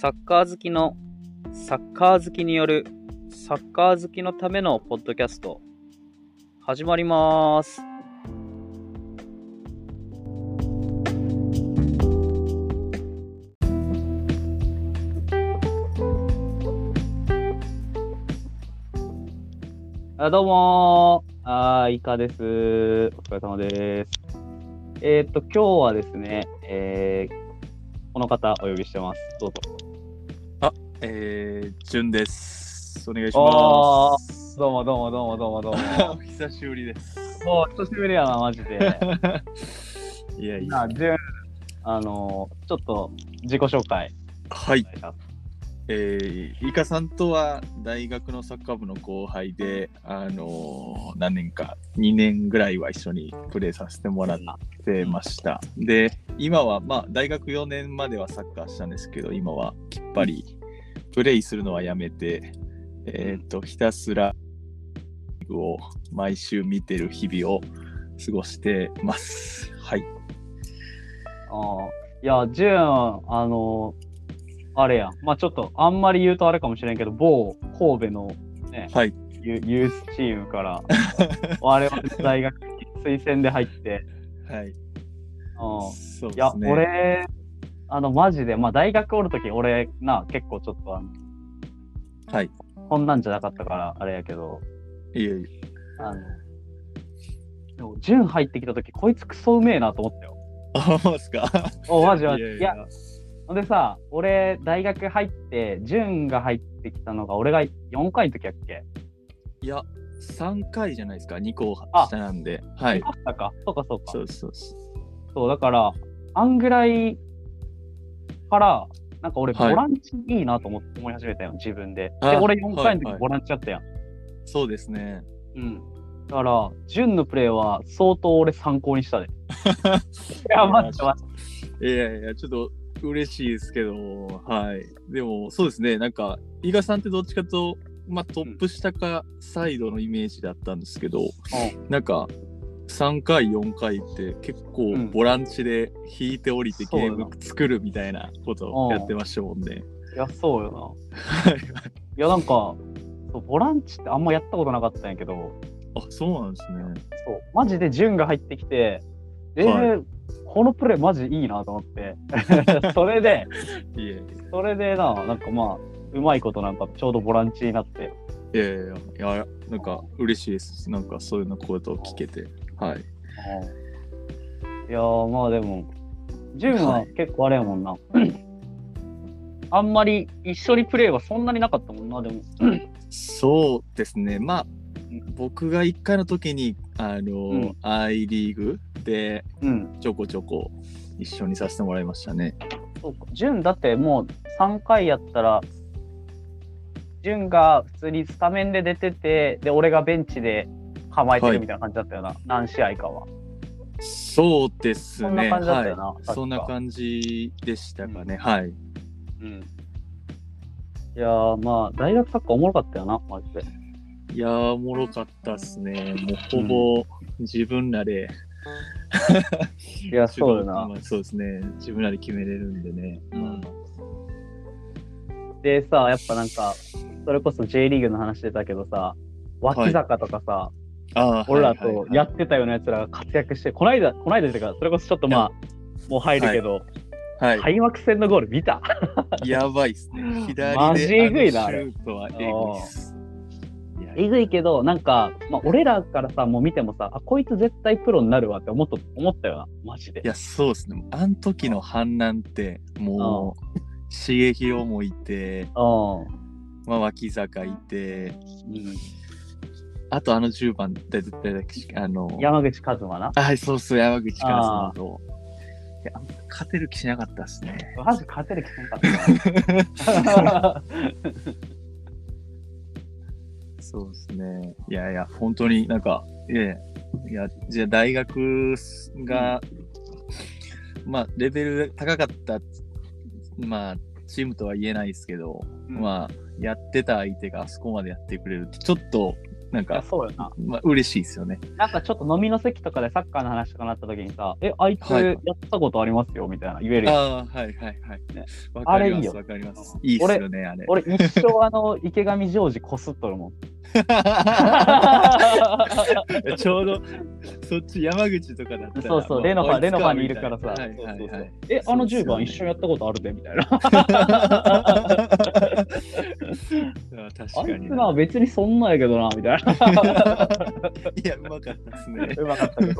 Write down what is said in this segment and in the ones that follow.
サッカー好きのサッカー好きによるサッカー好きのためのポッドキャスト始まります。どうもー、イカです。お疲れ様です。今日はですね、この方お呼びしてます。どうぞ。 順です。お願いします。 どうも。 お久しぶりです。 もう久しぶりやな、マジで。 いや。 順、ちょっと自己紹介。 はい。イカさんとは大学のサッカー部の後輩で、何年か2年ぐらいは一緒にプレーさせてもらってました。で、今は大学4年まではサッカーしたんですけど、今はきっぱりプレイするのはやめて、ひたすらを毎週見てる日々を過ごしてます。はい。 いや、純、あれやん。ちょっとあんまり言うとあれかもしれんけど、某神戸のね、 はい、 ユースチームから我々大学に推薦で入って、 はい。そうですね。 いや、俺、マジで、大学おるとき、俺結構ちょっとはい。 こんなんじゃなかったから、あれやけど、 いえ。 でも、純入ってきたとき、こいつクソうめえなと思ったよ。 そうですか。 マジ。いや、ほんでさ、俺、大学入って、純が入ってきたのが、俺が4回の時やっけ？ いや、3回じゃないですか、2個下なんで。はい。 2個下か。そうか。 そう、 だから、あんぐらいから、なんか俺、ボランチいいなと思い始めたよ、自分で。で、俺4回の時ボランチやったやん。 そうですね。 うん。だから、純のプレーは相当俺参考にしたで。いや、待って。 いや、ちょっと嬉しいですけど、はい。でも、そうですね、なんか、伊賀さんってどっちかと、トップ下かサイドのイメージだったんですけど、なんか、3回、4回って結構ボランチで引いて降りてゲーム作るみたいなことをやってましたもんね。 いや、そうよな。いや、なんか、ボランチってあんまやったことなかったんやけど。 あ、そうなんですね。 そう。マジで純が入ってきて、このプレーマジいいなと思って。それでなんかうまいことなんかちょうどボランチになって。 いや、なんか嬉しいです。なんかそういうのことを聞けて。はい。 いやでも、純は結構あれやもんな。あんまり一緒にプレーはそんなになかったもんな、でも。 そうですね。僕が1回の時にI リーグでちょこちょこ一緒にさせてもらいましたね。 そうか。純だってもう3回やったら、純が普通にスタメンで出てて、で俺がベンチで構えてるみたいな感じだったよな。何試合かは。 そうですね。 そんな感じだったよな。 はい、そんな感じでしたかね。はい。 いや大学サッカーおもろかったよな、マジで。 いやおもろかったっすね。もうほぼ自分らで、 いや、そうよな。 そうですね。自分らで決めれるんでね。 でさ、やっぱなんか、それこそ J リーグの話出たけどさ、脇坂とかさ、俺らとやってたようなやつらが活躍して、こないだってか、それこそちょっともう入るけど、開幕戦のゴール見た？ やばいっすね。左でマジえぐいな、 シュートはえぐいっす。 えぐいけど、なんか、俺らからさ、もう見てもさ、こいつ絶対プロになるわって思ったよな、マジで。 いや、そうですね。あの時の反乱って、もう、刺激をもいて、脇坂いて、あと10番で山口和馬な。 はい、そう、山口和馬と。いや、勝てる気しなかったっすね。 マジ勝てる気しなかった。 そうですね。いや、本当になんか、じゃあ大学が、レベル高かった、チームとは言えないですけど、やってた相手があそこまでやってくれるって、ちょっとなんか、 そうよな。 まあ、嬉しいですよね。 なんかちょっと飲みの席とかでサッカーの話とかなった時にさ、あいつやったことありますよみたいな言えるよ。 ああ、はいはいはい。わかります、わかります。いいっすよね、あれ。 俺一生池上ジョージこすっとるもん。 ちょうどそっち山口とかだったら。 そう、レノファにいるからさ。10番一緒にやったことあるでみたいな。確かに。 あいつな、別にそんなんやけどな、みたいな。 いや、うまかったですね。 うまかったけど。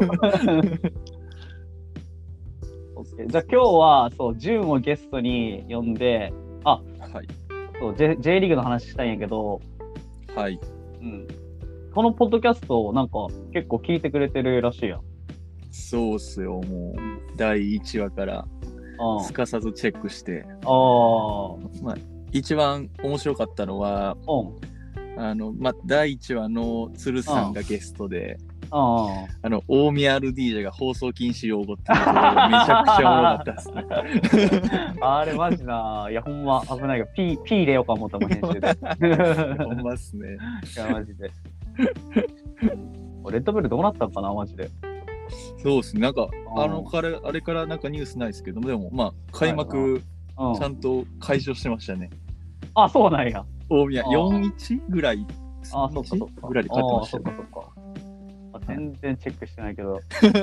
じゃあ今日は、ジュンをゲストに呼んで、J リーグの話したいんやけど、 はい。 このポッドキャストなんか結構聞いてくれてるらしいやん。 そうっすよ、もう第1話からすかさずチェックして。まあ、一番面白かったのは、第1話の鶴さんがゲストで、大宮 RDJ が放送禁止用語っていうのがめちゃくちゃおもろかったですね。 あれマジな、いやほんま危ないが、P 入れようか思ったもん、編集で。 ほんまっすね。 いやマジで。レッドブルどうなったのかな、マジで。 そうっすね、なんかあれからなんかニュースないですけども、でもまあ開幕ちゃんと開場してましたね。 あ、そうなんや。 大宮 4-1 ぐらい。 そうかぐらいで勝ってましたね。 全然チェックしてないけど。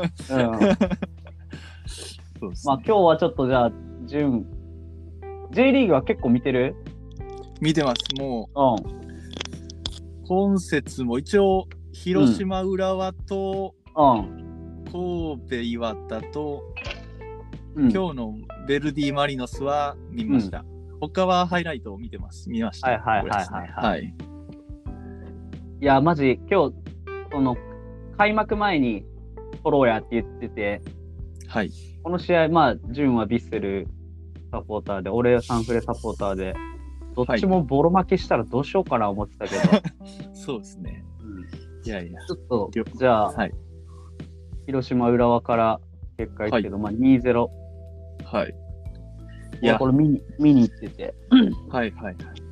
まあ今日はちょっとじゃあ、J リーグは結構見てる？ 見てます。もう、今節も一応、広島浦和と、神戸岩田と、今日のベルディマリノスは見ました。他はハイライトを見ました。はい。 いや、マジ、今日、開幕前に取ろうやって言ってて、 はい。 この試合、まあ、潤はヴィッセルサポーターで、俺はサンフレサポーターで、どっちもボロ負けしたらどうしようかな思ってたけど。 そうですね。いやいや。 ちょっと、じゃあ、広島浦和から結果いくけど、まあ 2-0。 はい。 いや、これ見に行ってて。 はいはいはい。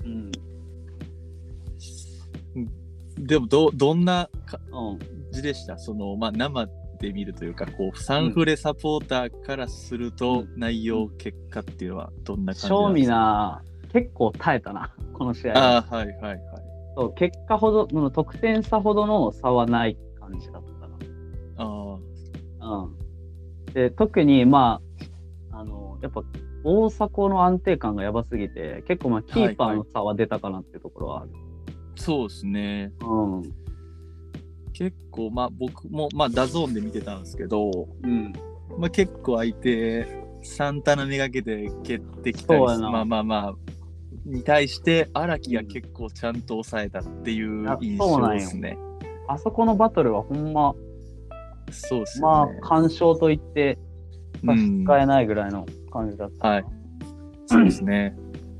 でもどんな感じでした？まあ、生で見るというか、サンフレサポーターからすると、内容、結果っていうのはどんな感じなんですか？ 正味な、結構耐えたな、この試合。 はいはいはい。 そう、結果ほど、得点差ほどの差はない感じだったな。で、特に、まあ、やっぱ、大迫の安定感がやばすぎて、結構、まあ、キーパーの差は出たかなっていうところはある。 そうですね。結構、まあ僕も、まあダゾーンで見てたんですけど、まあ結構相手、サンタナめがけて蹴ってきたり、に対して、荒木が結構ちゃんと抑えたっていう印象ですね。 あそこのバトルはほんま、 そうですね。まあ、完勝と言って差し支えないぐらいの感じだった。 はい。そうですね。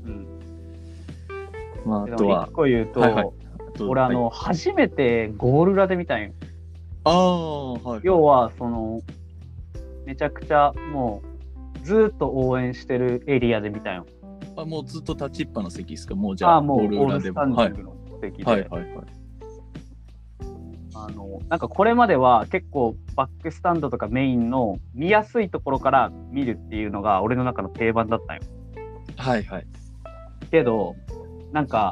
まあ、あとは。 一個言うと、俺、初めてゴール裏で見たんよ。要は、めちゃくちゃ、もう、ずっと応援してるエリアで見たんよ。 もうずっと立ちっぱの席ですか？もうじゃあ、 もうゴール裏でも。オールスタンディングの席で。なんかこれまでは結構バックスタンドとかメインの見やすいところから見るっていうのが俺の中の定番だったんよ。 はいはい。 けど、なんか、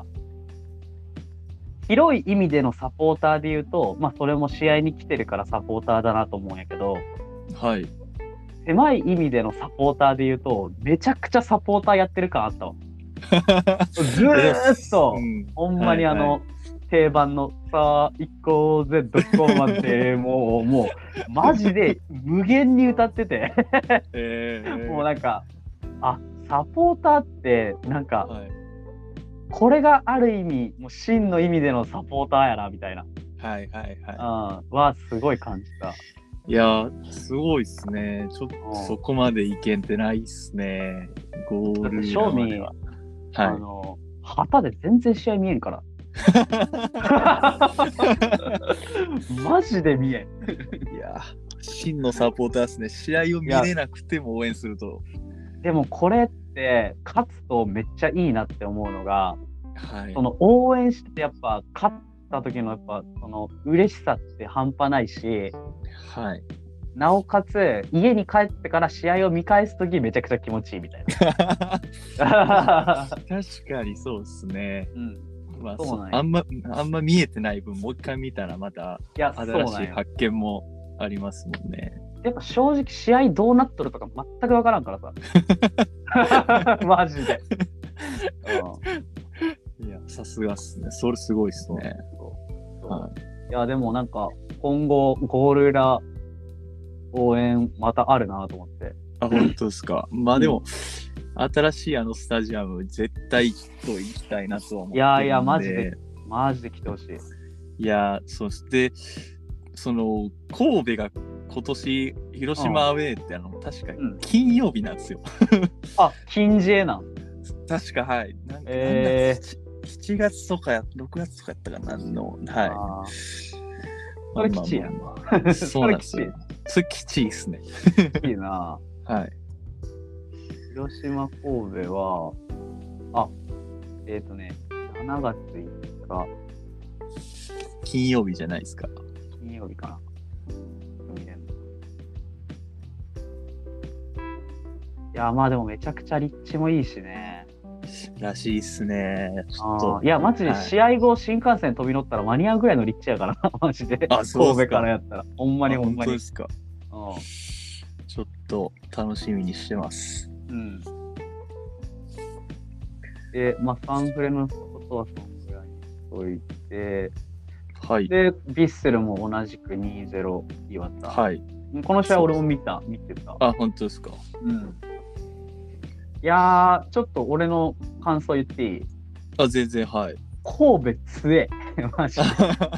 広い意味でのサポーターで言うと、まあそれも試合に来てるからサポーターだなと思うんやけど、 はい。 狭い意味でのサポーターで言うと、めちゃくちゃサポーターやってる感あったわ。ずーっと、ほんまに定番のさあ行こうぜどこまでもうマジで無限に歌っててもうなんかサポーターってなんか、これがある意味もう真の意味でのサポーターやなみたいなはすごい感じた。 いやすごいっすね。ちょっとそこまでいけんってないっすね。ゴール正味旗で全然試合見えんからマジで見えん。 いや真のサポーターですね。試合を見れなくても応援すると。 でもこれって勝つとめっちゃいいなって思うのが、その応援してやっぱ勝ったった時のやっぱその嬉しさって半端ないし、 はい。 なおかつ家に帰ってから試合を見返す時めちゃくちゃ気持ちいいみたいな。 確かにそうですね。 うん、 まあ、 そうなんや。 あんま見えてない分、もう一回見たらまたいや、 新しい発見もありますもんね。 やっぱ正直試合どうなっとるとか全く分からんからさ。マジで。 いや、さすがっすね。それすごいっすね。 はい、いや、でもなんか今後ゴール裏応援またあるなと思って。 あ、本当ですか。まあでも、新しいスタジアム絶対行きたいなとは思ってるんで。 いや、マジで来てほしい。 いや、そしてその神戸が今年広島アウェーって確かに金曜日なんですよ。 あ、金 J なん。 確か、はい。7月とか6月とかやったかなはい。 それきちいやん。そうなんですよ。それきちいですね。 いいな。 はい。 広島、神戸は、7月5日。 金曜日じゃないですか。 金曜日かな。いや、まあでもめちゃくちゃ立地もいいしね。 らしいっすね。ちょっと。 いや、マジで試合後、新幹線飛び乗ったら間に合うぐらいの立地やからな、マジで。神戸からやったら。ほんまに。 本当ですか。ちょっと楽しみにしてます。 うん。で、まあ、サンフレのことはそんぐらいにしといて、 はい。 で、ヴィッセルも同じく 2-0 岩田。 はい。 この試合俺も見てた。 あ、本当ですか。 うん。いやー、ちょっと俺の感想言っていい？ あ、全然、はい。 神戸強え。マジで。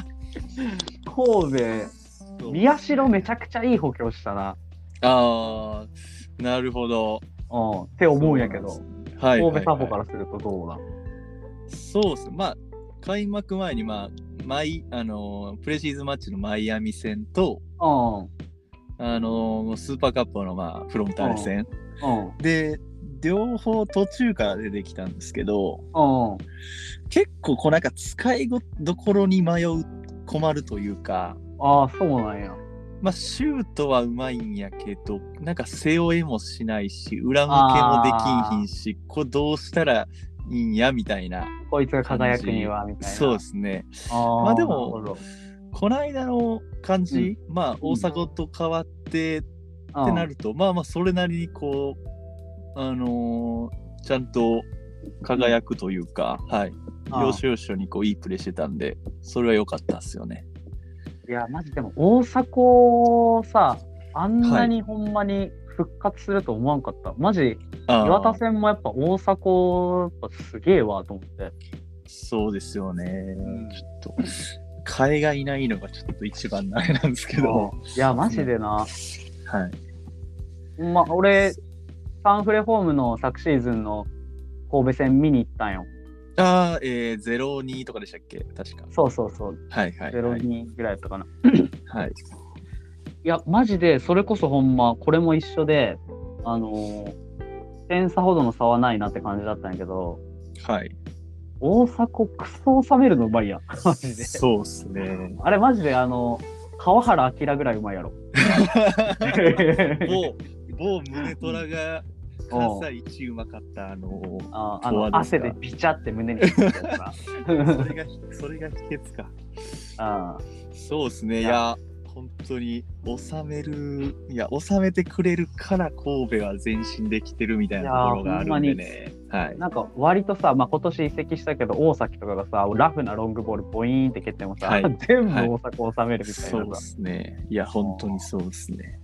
神戸、宮代めちゃくちゃいい補強したな。 あー、なるほど。 って思うんやけど、 はい、 神戸サポからするとどうだ？ そうっす。まあ、開幕前に、まあ、プレシーズンマッチのマイアミ戦と、スーパーカップの、まあ、フロンターレ戦。で、両方途中から出てきたんですけど、結構なんか使いどころに困るというか、 そうなんや。 まあシュートはうまいんやけど、なんか背負えもしないし、裏向けもできんひんし、これどうしたらいいんやみたいな。 こいつが輝くにはみたいな。 そうですね。まあでも、この間の感じ、まあ大迫と変わってってなると、まあそれなりにこう、ちゃんと輝くというか、はい。要所要所にこういいプレーしてたんで、それは良かったっすよね。 いや、マジでも大迫さ、あんなにほんまに復活すると思わんかった。マジ、岩田戦もやっぱ大迫やっぱすげえわと思って。 そうですよね。ちょっと、替えがいないのがちょっと一番あれなんですけど。 いや、マジでな。 はい。 まあ、俺、サンフレホームの昨シーズンの神戸戦見に行ったんよ。 0-2とかでしたっけ確か。 そう。 はい。 0-2ぐらいやったかな。 はい。 いや、マジで、それこそほんま、これも一緒で、点差ほどの差はないなって感じだったんやけど、 はい。 大迫クソ収めるのうまいやん。マジで。 そうっすね。 あれマジで川原明ぐらいうまいやろ。 某宗虎が関西一うまかった汗でビチャって胸についてたさ。 それが秘訣か。そうですね。いや本当に収めてくれるから神戸は前進できてるみたいなところがあるんでね。はい。 なんか割とさ、まあ、今年移籍したけど大崎とかがさラフなロングボールボイーンって蹴ってもさ、全部大迫収めるみたいなさ。 そうですね。いや本当にそうですね。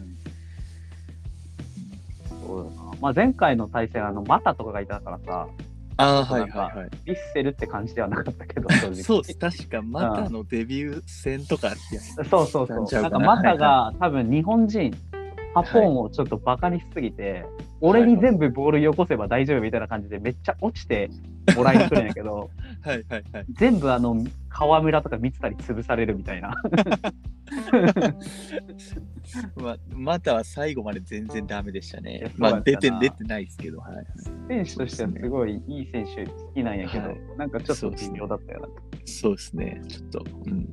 まあ、前回の対戦マタとかがいたからさ、 はい。 ヴィッセルって感じではなかったけど、 そうです。確かマタのデビュー戦とかやそう。なんかマタが多分日本人、ハポンをちょっとバカにしすぎて、俺に全部ボールよこせば大丈夫みたいな感じでめっちゃ落ちてもらいに来るんやけど、全部河村とか三谷潰されるみたいな。 または最後まで全然ダメでしたね。まあ出てないですけど、 選手としてはすごいいい選手好きなんやけど、なんかちょっと微妙だったよな。 そうですね。ちょっと。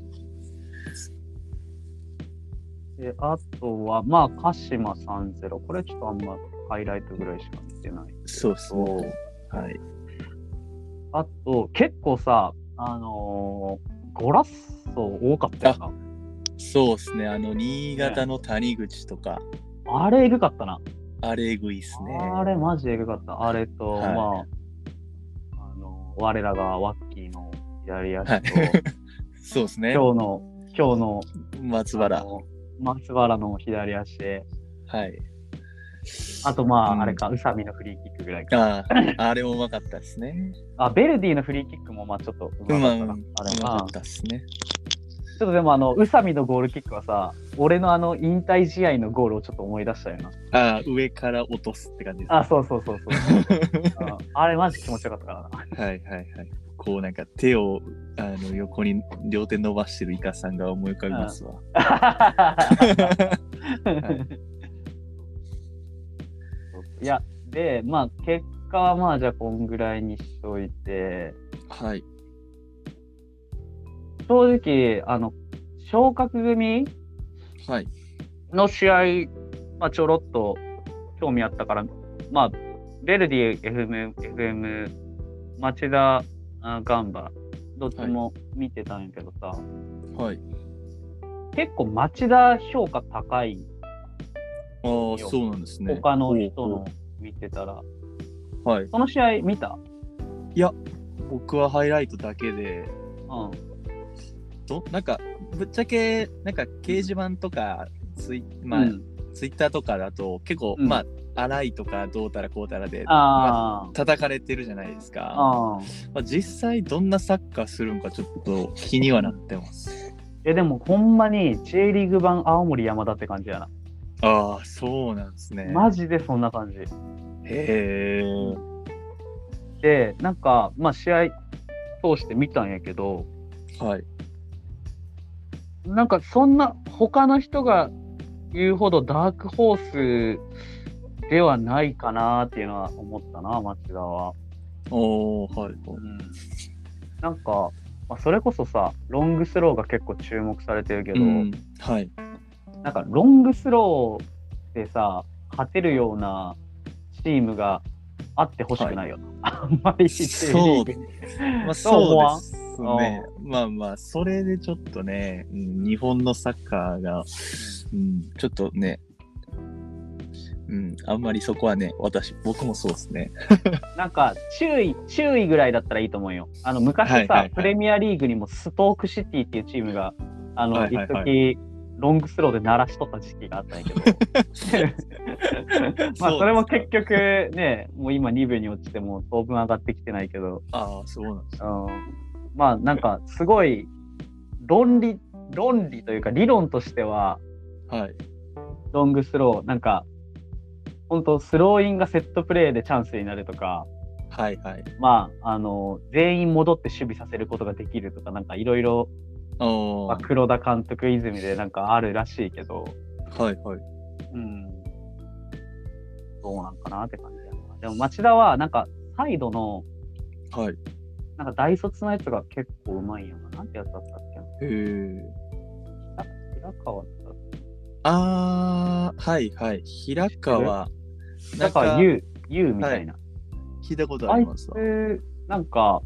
で、あとは、まあ、鹿島3-0。これちょっとあんまハイライトぐらいしか見てない。 そうですね。はい。 あと、結構さ、ゴラッソ多かったよな。 そうですね。新潟の谷口とか。 あれエグかったな。 あれエグいっすね。 あれマジエグかった。あれと、 はい、 まあ、我らがワッキーの左足と、はい、 そうですね。 今日の松原の左足で、 はい。 あとまあ、あれか、宇佐美のフリーキックぐらいか。 あれもうまかったですね。 ベルディのフリーキックもまあちょっとうまかったな。あれうまかったですね。 ちょっとでも宇佐美のゴールキックはさ、俺の引退試合のゴールをちょっと思い出したよな。 上から落とすって感じです、 ね。そう。あれマジ気持ちよかったからな。はい。こうなんか手を横に両手伸ばしてるイカさんが思い浮かびますわ。 いや、で、まあ結果はまあじゃあこんぐらいにしといて、 はい。 正直、昇格組の試合、まあ、ちょろっと興味あったから、まあ、ベルディ、FM、町田、ガンバ、どっちも見てたんやけどさ、 はい。 結構町田評価高い。 そうなんですね。 他の人の見てたら。 はい。 その試合見た？ いや、僕はハイライトだけで、なんかぶっちゃけなんか掲示板とかツイッターとかだと結構、まあ荒いとかどうたらこうたらで叩かれてるじゃないですか。まあ、実際どんなサッカーするんかちょっと気にはなってます。 でもほんまに J リーグ版青森山田って感じやな。 そうなんですね。 マジでそんな感じ。 へえ。 で、なんかまあ試合通して見たんやけど、 はい。 なんかそんな他の人が言うほどダークホースではないかなっていうのは思ったな、町田は。 はい。 なんか、まあ、それこそさ、ロングスローが結構注目されてるけど、 はい。 なんかロングスローでさ、勝てるようなチームがあってほしくないよな。あんまりそうですね。まあそれでちょっとね、日本のサッカーが、ちょっとね、あんまりそこはね、僕もそうですね。なんか注意ぐらいだったらいいと思うよ。昔さ、プレミアリーグにもストークシティっていうチームが一時ロングスローで鳴らしとった時期があったんやけどまあそれも結局ね、もう今2部に落ちても当分上がってきてないけど、 そうなんですね。 まあなんかすごい論理というか理論としては、ロングスローなんか本当スローインがセットプレーでチャンスになるとか、まあ全員戻って守備させることができるとか、なんかいろいろ黒田監督イズムでなんかあるらしいけど、どうなんかなって感じだな。でも町田はなんかサイドのなんか大卒のやつが結構うまいんやな。なんてやつだったっけな。平川だった。 平川。 だから U みたいな。 聞いたことありますわ。 なんか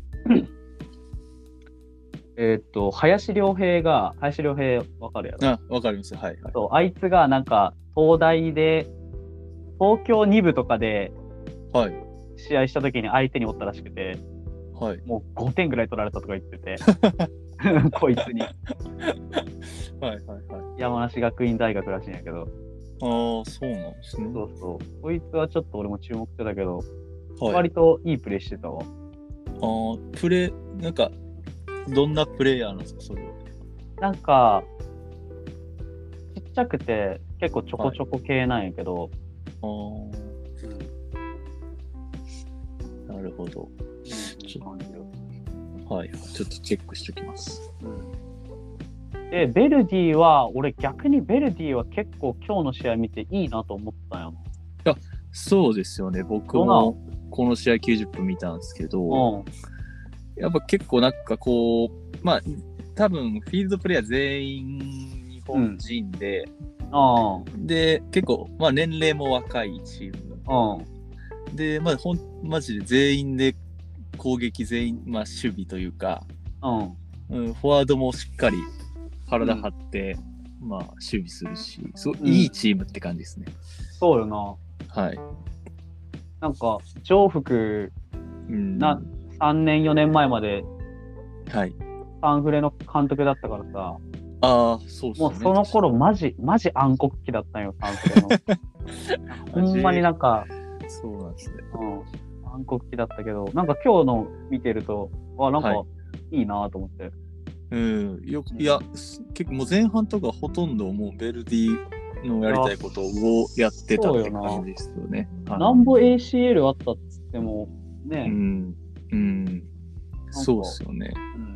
林良平わかるやろ？ わかります。 あいつがなんか東大で東京2部とかで試合した時に相手におったらしくて、もう5点ぐらい取られたとか言っててこいつに山梨学院大学らしいんやけど。 そうなんですね。 こいつはちょっと俺も注目してたけど、割といいプレーしてたわ。 なんかどんなプレイヤーなんですか、それは。なんかちっちゃくて結構ちょこちょこ系なんやけど、 なるほど。ちょっとチェックしておきます。 でベルディは俺逆にベルディは結構今日の試合見ていいなと思ったよ。 いや、そうですよね。僕もこの試合90分見たんですけど、 やっぱ結構なんかこう、まあ、多分フィールドプレイヤー全員日本人で、で、結構、まあ年齢も若いチーム。で、まあマジで全員で攻撃全員、まあ守備というか、フォワードもしっかり体張って、まあ守備するし、すごいいいチームって感じですね。 そうよな。はい。なんか、上福、3年、4年前まで、はい。サンフレの監督だったからさ、 ああ、そうっすね。 もうその頃、マジ暗黒期だったんよ、サンフレの。ほんまになんか、 そうなんですね。 暗黒期だったけど、なんか今日の見てると、なんかいいなと思って。 いや、結構もう前半とかほとんどもうベルディのやりたいことをやってたって感じですよね。 なんぼ ACL あったっつっても、ね。 そうっすよね。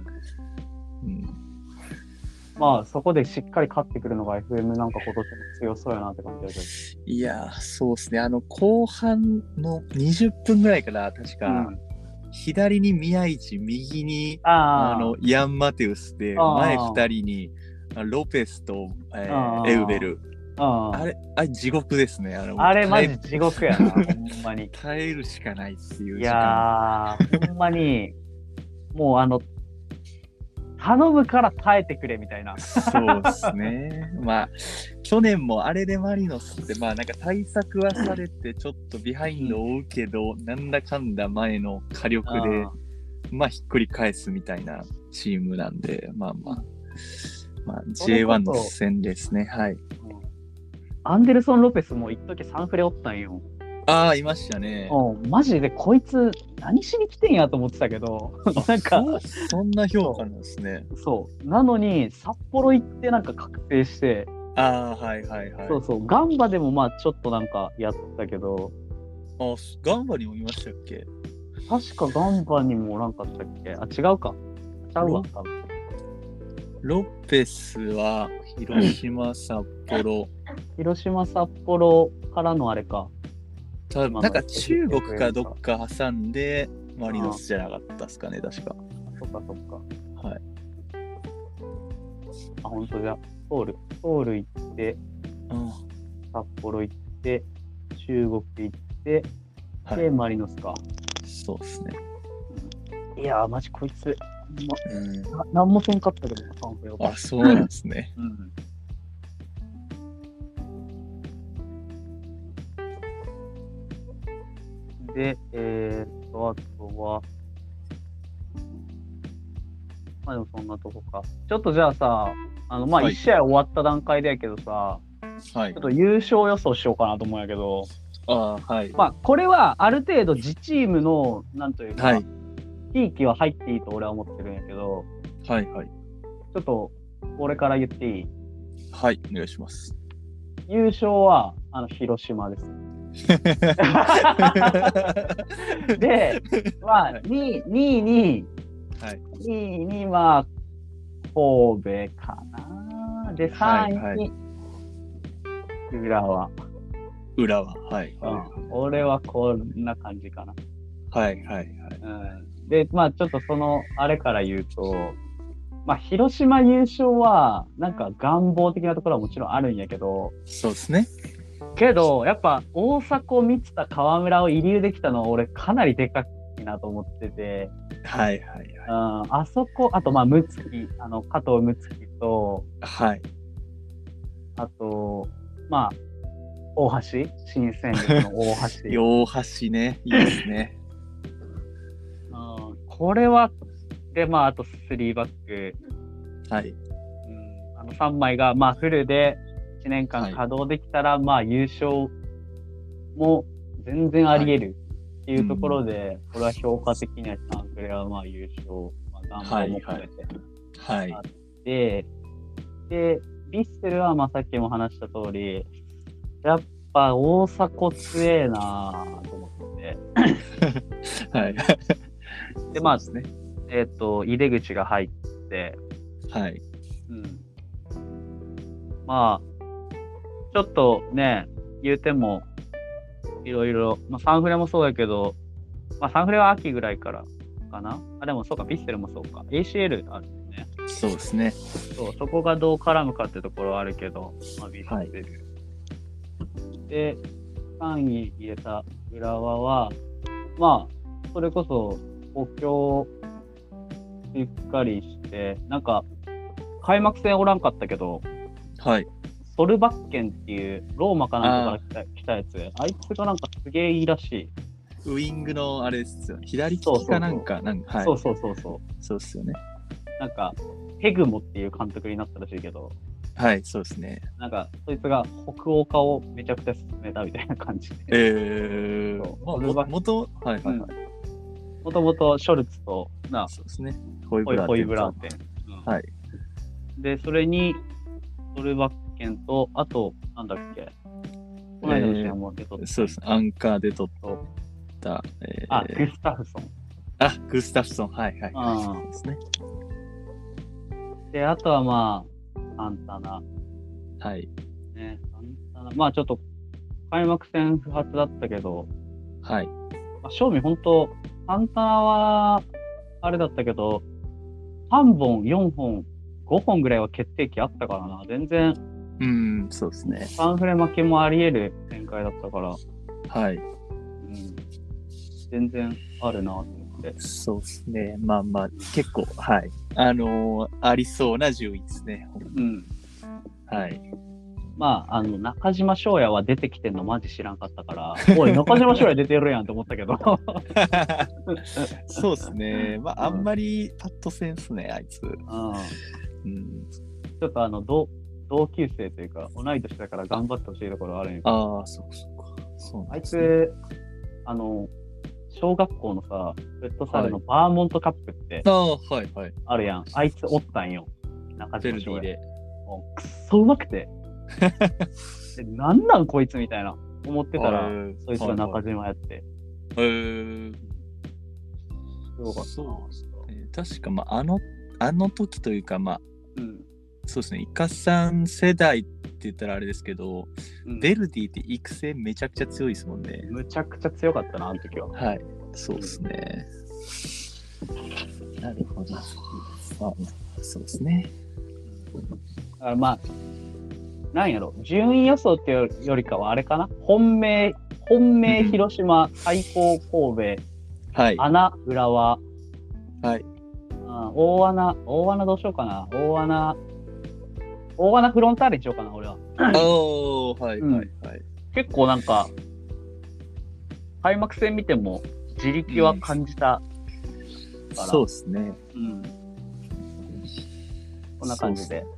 まあそこでしっかり勝ってくるのが FM なんか今年も強そうやなって感じだけど。 いやそうですね。後半の20分ぐらいから確か、左に宮市、右にヤン・マテウスで、前2人にロペスと、エウベル。あれ地獄ですね。 あれマジ地獄やな、ほんまに。 耐えるしかないっていう時間。 いやー、ほんまに、もう頼むから耐えてくれみたいな。 そうですね。まあ、去年もあれでマリノスって、まあなんか対策はされて、ちょっとビハインドを追うけど、なんだかんだ前の火力で、まあひっくり返すみたいなチームなんで、まあ J1 の戦ですね。はい。 アンデルソン・ロペスも一時サンフレおったんよ。 ああ、いましたね。 マジでこいつ何しに来てんやと思ってたけど、なんかそんな評価なんですね。 そう。なのに札幌行ってなんか覚醒して、 はい。 そうそう。ガンバでもまあちょっとなんかやったけど。 ガンバにもいましたっけ？ 確かガンバにもおらんかったっけ？違うか。ちゃうわ、多分。 ロペスは広島、札幌。 広島、札幌からのあれか。 なんか中国かどっか挟んでマリノスじゃなかったですかね、確か。 そっか。 はい。 本当じゃ。ソウル行って、札幌行って、中国行って、で、マリノスか。 そうですね。 いやー、マジこいつ、何もせんかったけど、サンフレは。 そうなんですね。 で、あとは、まあでもそんなとこか。ちょっとじゃあさ、1試合終わった段階でやけどさ、ちょっと優勝予想しようかなと思うんやけど、まあこれはある程度自チームの、なんというか、地域は入っていいと俺は思ってるんやけど、ちょっと俺から言っていい？ はい、お願いします。 優勝は、広島です。で、まあ、2位に、まあ、神戸かな。で、3位に、浦和。俺はこんな感じかな。で、まあ、ちょっとその、あれから言うと、まあ、広島優勝は、なんか願望的なところはもちろんあるんやけど、 そうですね。 けど、やっぱ大迫、満田、河村を遺留できたのは俺かなりでかいなと思ってて、あそこ、あとまあ加藤睦月と、あとまあ大橋、新戦力の大橋。 大橋ね、いいですね。 これはでまああと3バック、3枚がまあフルで1年間稼働できたら、まあ優勝も全然あり得るっていうところで、これは評価的にはサンフレはまあ優勝、まあ、願望も込めてあって、で、ヴィッセルはまあさっきも話した通り、やっぱ大迫強えなぁと思って。で、まあ、井出口が入って、まあ、ちょっとね、言うても、いろいろ、まあ、サンフレもそうやけど、まあ、サンフレは秋ぐらいからかな。でもそうか、ヴィッセルもそうか。ACL あるね。 そうですね。 そこがどう絡むかってところはあるけど、まあ、ヴィッセル。で、3位入れた浦和は、まあ、それこそ補強しっかりして、なんか、開幕戦おらんかったけど、 はい。 ソルバッケンっていうローマかなんかから来たやつ、あいつがなんかすげえいいらしい。 ウイングのあれですよね。左利きかなんか、はい。 そう。 そうっすよね。 なんか、ヘグモっていう監督になったらしいけど、 はい、そうですね。 なんか、そいつが北欧化をめちゃくちゃ進めたみたいな感じで。もともとショルツと、 そうですね。 ホイブラーテン。 はい。 で、それに、ソルバッケンと、あと、なんだっけ、この間の試合も出とった。 そうですね。アンカーで取った。 グスタフソン。 グスタフソン。はい。そうですね。 で、あとはまあ、サンタナ。 はい。 ね、サンタナ。まあちょっと、開幕戦不発だったけど、 はい。 まあ、正味本当、サンタナは、あれだったけど、3本、4本、5本ぐらいは決定機あったからな。全然、 そうですね。 サンフレ負けもあり得る展開だったから、 はい。 全然あるなと思って。 そうですね。まあまあ、結構、はい。ありそうな順位ですね。はい。 まあ、中島翔也は出てきてんのマジ知らんかったから、おい、中島翔也出てるやんって思ったけど。 そうですね。まあ、あんまりパッとせんすね、あいつ。ちょっと同級生というか、同い年だから頑張ってほしいところはあるんやけど。 そう。 あいつ、小学校のさ、フットサルのバーモントカップってあるやん。あいつおったんよ。中島翔也。くっそうまくて。なんなんこいつみたいな思ってたら、そいつが中島やって。すごかった。 確か、まあ、あの時というか、まあ、そうですね、イカさん世代って言ったらあれですけど、ベルディって育成めちゃくちゃ強いですもんね。 むちゃくちゃ強かったな、あの時は。 はい、そうですね。なるほど。そうですね。 まあ、なんやろ、順位予想っていうよりかはあれかな、本命広島、最高神戸、穴浦和、大穴どうしようかな、大穴フロンターレにしようかな、俺は。結構なんか、開幕戦見ても自力は感じたから。 そうですね。 こんな感じで。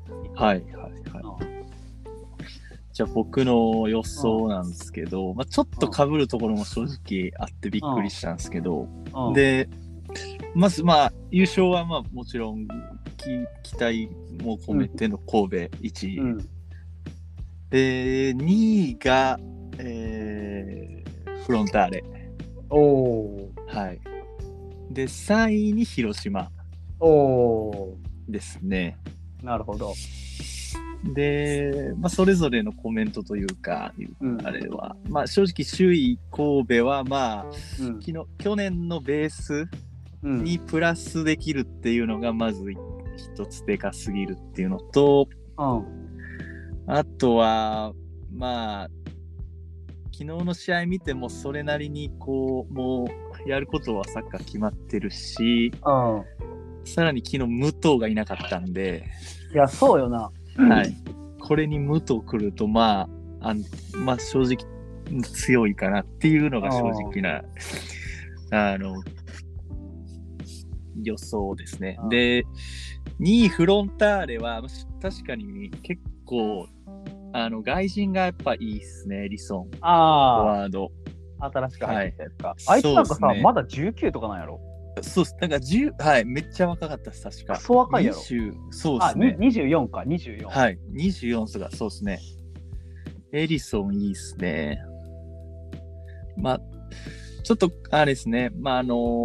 じゃあ僕の予想なんですけど、まあ、ちょっと被るところも正直あってびっくりしたんですけど、で、まずまあ優勝はまあもちろん期待も込めての神戸1位、で2位が、フロンターレ、で3位に広島ですね。 なるほど。 で、まあ、それぞれのコメントというか、あれは、まあ、正直首位神戸はまあ、去年のベースにプラスできるっていうのがまず一つでかすぎるっていうのと、あとはまあ昨日の試合見てもそれなりにこうもうやることはサッカー決まってるし、さらに昨日武藤がいなかったんで、 いやそうよな。 これに武藤来るとまあ正直強いかなっていうのが正直な予想ですね。で、2位フロンターレは確かに結構外人がやっぱいいっすね、リソン。フォワード。 新しく入ってきたやつか。あいつなんかさ、まだ19とかなんやろ？ そうっす。なんかめっちゃ若かったっす、確か。 そう若いやろ。 そうっすね。 24か、24。 はい、24とか、そうっすね。エリソンいいっすね。まあ、ちょっと、あれですね、まあ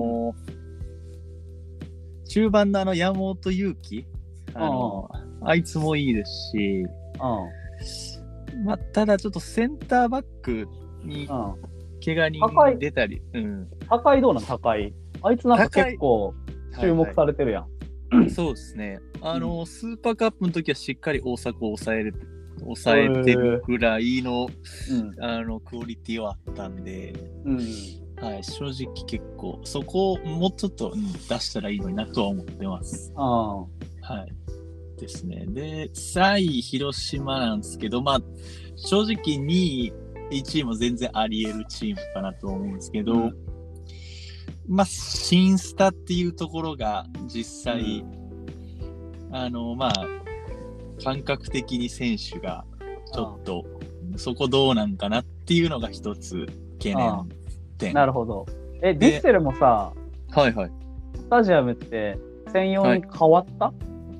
中盤の山本祐希、あいつもいいですし、まあ、ただちょっとセンターバックに怪我人出たり、 高いどうなん？高いあいつなんか結構注目されてるやん。 はいはい、そうですね。スーパーカップの時はしっかり大迫を抑えてるぐらいの、クオリティはあったんで、はい、正直結構そこをもうちょっと、出したらいいのになとは思ってます。はい。ですね。で、3位広島なんですけど、まあ正直2位、1位も全然あり得るチームかなと思うんですけど、まあ新スタっていうところが実際、まあ感覚的に選手がちょっとそこどうなんかなっていうのが一つ懸念点。 なるほど。ディッセルもさ、 はいはい。 スタジアムって専用に変わった？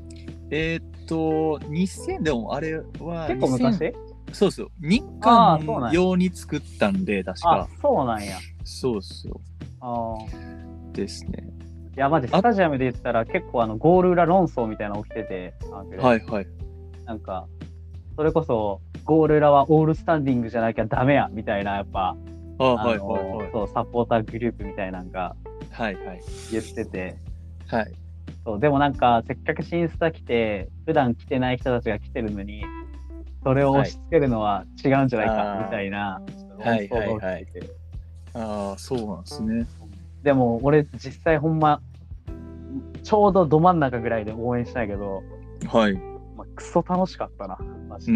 2000でもあれは結構昔？ そうそう。日韓用に作ったんで、確か。 そうなんや。 そうっすよ。ですね。 いや、マジスタジアムで言ったら結構ゴール裏論争みたいなの起きてて、 はいはい。 なんか、それこそゴール裏はオールスタンディングじゃなきゃダメやみたいな、やっぱ、そう、サポーターグループみたいなのが言ってて、 はい。 そう、でもなんか、せっかく新スタ来て、普段来てない人たちが来てるのに、それを押し付けるのは違うんじゃないかみたいな論争が起きてて。 そうなんですね。 でも俺実際ほんまちょうどど真ん中ぐらいで応援したんやけど、 はい。 クソ楽しかったな。マジで。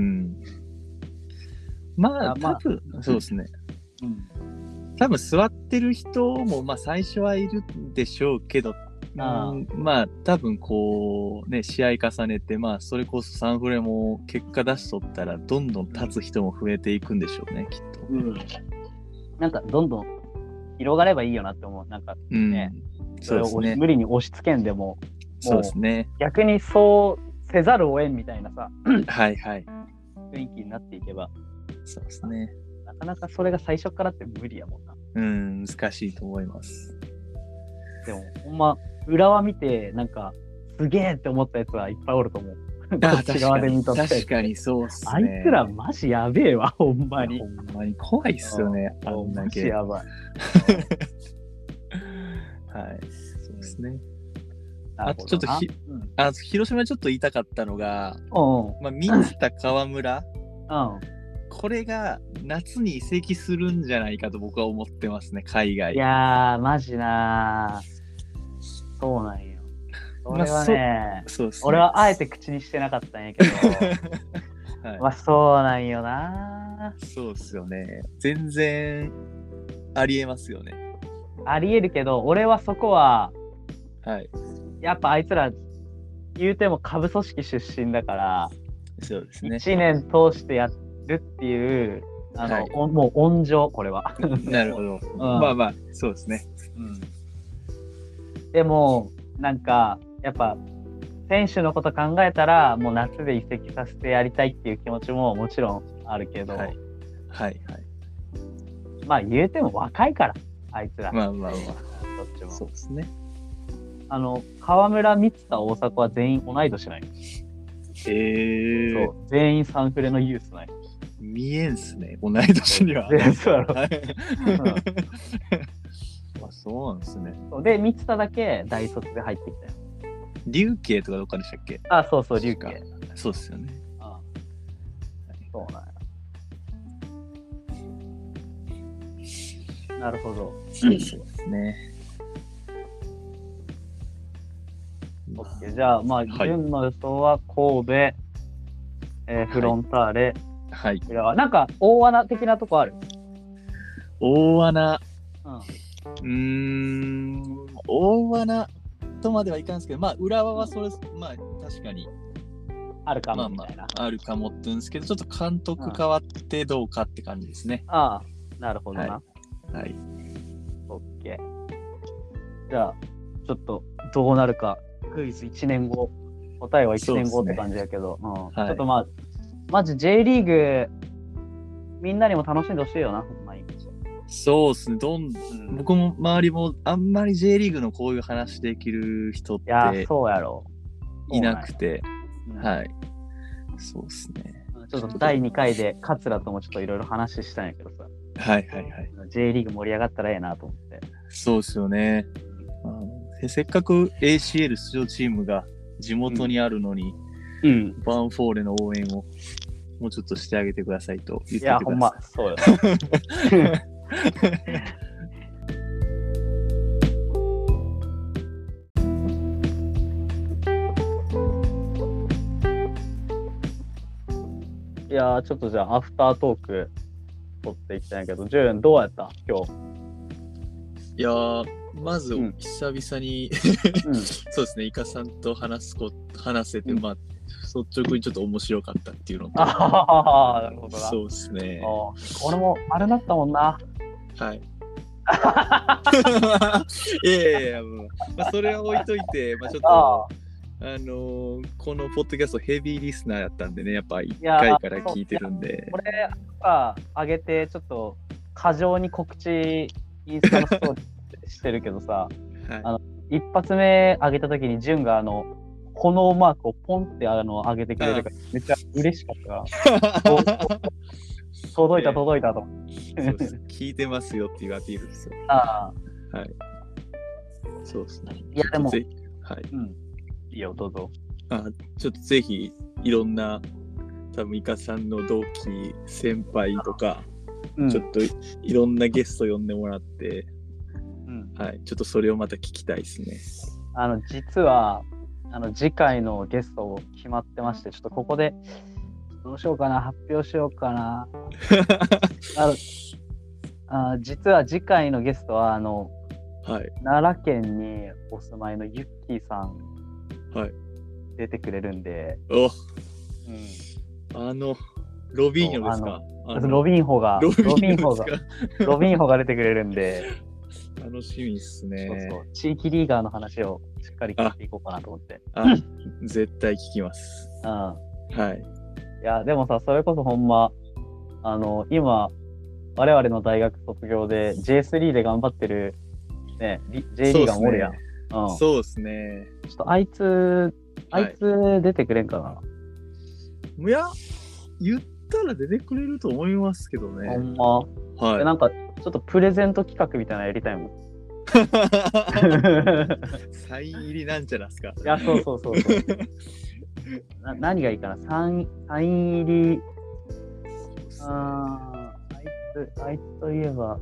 まあ多分そうですね。多分座ってる人もまあ最初はいるでしょうけど、まあ多分こうね試合重ねてまあそれこそサンフレも結果出しとったらどんどん立つ人も増えていくんでしょうねきっと。 なんかどんどん広がればいいよなって思う。なんかね、それを無理に押し付けんでも、 そうですね。 逆にそうせざるを得んみたいなさ、 はいはい。 雰囲気になっていけば。 そうですね。 なかなかそれが最初からって無理やもんな。 難しいと思います。 でもほんま裏は見てなんかすげえって思ったやつはいっぱいおると思う。こっち側で見とって。 確かにそうっすね。 あいつらマジやべえわ、ほんまに。 ほんまに怖いっすよね。 マジやばい。 はい、そうですね。あとちょっと広島ちょっと言いたかったのが、まあ満田川村、これが夏に移籍するんじゃないかと僕は思ってますね、海外。 いやーマジなー、そうなんよ。それはね、そうですね、俺はあえて口にしてなかったんやけど、まあそうなんよな。 そうっすよね。全然ありえますよね。 ありえるけど、俺はそこは、やっぱあいつら言うても下部組織出身だから、 そうですね。 1年通してやるっていう、もう温情、これは。 なるほど。まあまあ、そうですね。 でも、なんか、やっぱ、選手のこと考えたら、もう夏で移籍させてやりたいっていう気持ちももちろんあるけど、まあ言うても若いから、あいつら。 まあまあまあ。どっちも。 そうですね。 河村、満田、大迫は全員同い年ない。そう、全員サンフレのユースない。 見えんすね、同い年には。 そうやろ。 そうなんですね。 で、満田だけ大卒で入ってきたよ。 琉球とかどっかでしたっけ？ そうそう、琉球。 そうですよね。 そうなんや。なるほど。 そうですね。 じゃあ、まあ、順の予想は神戸、フロンターレ。なんか、大穴的なとこある？ 大穴。大穴とまではいかんですけど、まあ、浦和はそれ、まあ、確かに。 あるかもみたいな。 あるかもって言うんですけど、ちょっと監督変わってどうかって感じですね。 なるほどな。オッケー。じゃあ、ちょっとどうなるか、クイズ1年後、答えは1年後って感じやけど、ちょっとまあ、マジ J リーグ、みんなにも楽しんでほしいよな、ほんまに。 そうですね、僕も周りもあんまり J リーグのこういう話できる人っていなくて、そうですね。 ちょっと第2回で桂ともちょっといろいろ話したんやけどさ。J リーグ盛り上がったらええなと思って。 そうですよね。せっかく ACL 出場チームが地元にあるのに、 うん。 ヴァンフォーレの応援をもうちょっとしてあげてくださいと言ってください。 いや、ほんま、そうよ。いやー、ちょっとじゃあ、アフタートーク取っていきたいんやけど、ジュン、どうやった今日。 いやー、まずうん久々に、 うん。 そうですね、イカさんと話せて、 うんまあ、率直にちょっと面白かったっていうのと、 ああ、なるほどな。 そうですね。 俺もあれだったもんな。 はい。いやいや、まあ、それは置いといて、まあ、ちょっと、このポッドキャストヘビーリスナーやったんでね、やっぱ1回から聞いてるんで。 これ上げて、ちょっと過剰に告知、インスタのストーリーしてるけどさ、 はい、 一発目上げた時にジュンが炎マークをポンって上げてくれるから、めっちゃ嬉しかったから。届いたと思って。 そうです。聞いてますよっていうアピールですよ。 ああ。はい。そうですね。 いや、でも、 はい。 うん。いいよ、どうぞ。 ちょっとぜひ、いろんな、多分イカさんの同期、先輩とか、ちょっといろんなゲスト呼んでもらって、はい。ちょっとそれをまた聞きたいですね。 実は、次回のゲスト決まってまして、ちょっとここで、どうしようかな、発表しようかな。実は次回のゲストは、 はい、 奈良県にお住まいのユッキーさん、 はい、 出てくれるんで、 ロビーニョですか？ ロビンホが出てくれるんで、 楽しみっすね。 そう地域リーガーの話をしっかり聞いていこうかなと思って。 絶対聞きます。はい。 いや、でもさ、それこそほんま、今、我々の大学卒業で J3 で頑張ってる、ね、J リーガーもおるやん。 そうですね。 ちょっとあいつ出てくれんかな。 いや、言ったら出てくれると思いますけどね。 ほんま。はい。なんか、ちょっとプレゼント企画みたいなのやりたいもん。 サイン入りなんちゃらっすか。 いや、そう。何がいいかな、サイン入り。あいつといえば。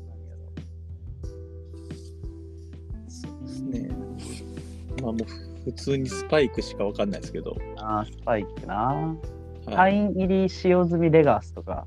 そうですね。まあもう普通にスパイクしかわかんないですけど。 スパイクな。サイン入り使用済みレガースとか。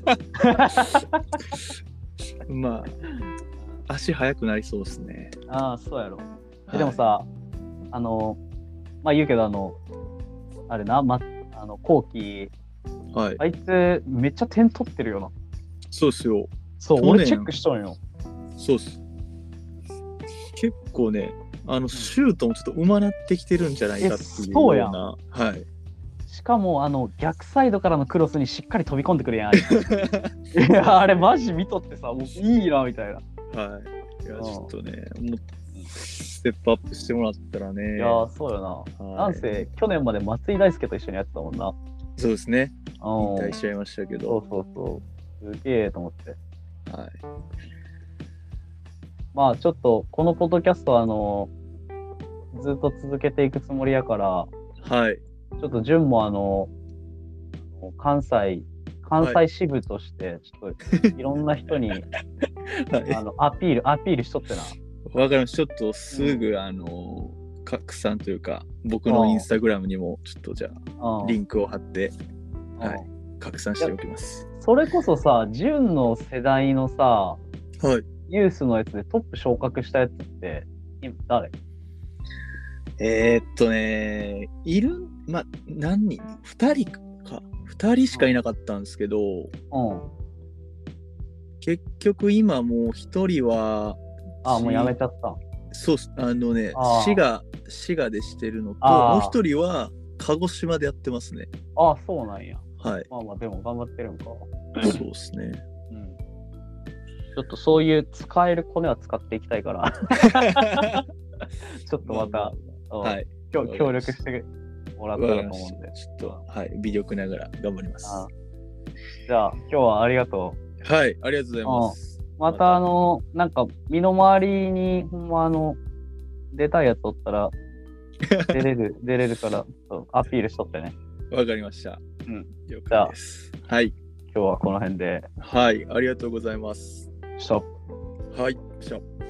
まあ、足速くなりそうですね。 そうやろ。でもさ、まあ言うけど、あれな、後期、 はい、 あいつめっちゃ点取ってるよな。 そうっすよ。 そう、俺チェックしとんよ。 そうっす。結構ね、シュートもちょっと上手なってきてるんじゃないかっていうような。 そうやん。はい。しかも逆サイドからのクロスにしっかり飛び込んでくるやん。いや、あれマジ見とってさ、もういいなみたいな。 はい。いや、ちょっとね、もうステップアップしてもらったらね。 いや、そうよな。なんせ去年まで松井大輔と一緒にやってたもんな。 そうですね。引退しちゃいましたけど。 そう。すげえと思って。 はい。 まあちょっとこのポッドキャストはずっと続けていくつもりやから、 はい。 ちょっと順も関西支部としてちょっといろんな人に、はい、アピールしとってな。 わかります。ちょっとすぐ拡散というか僕のインスタグラムにもちょっとじゃあリンクを貼ってはい、拡散しておきます。 それこそさ、純の世代のさ、 はい、 ユースのやつでトップ昇格したやつって今誰？ まあ何人？2人か2人しかいなかったんですけど、結局今もう1人はもうやめちゃった。 そう滋賀でしてるのともう1人は鹿児島でやってますね。 そうなんや。 はい。 まあでも頑張ってるんか。 そうですね。 ちょっとそういう使えるコネは使っていきたいから。ちょっとまた、はい、協力してもらったらと思うんで。 ちょっと、はい、微力ながら頑張ります。 じゃあ今日はありがとう。はい、ありがとうございます。 またなんか身の回りにほんま出たいやつおったら出れるからアピールしとってね。 わかりました。 うん。 了解です。はい。 今日はこの辺で。 はい、ありがとうございます。 ストップ。 はい、ストップ。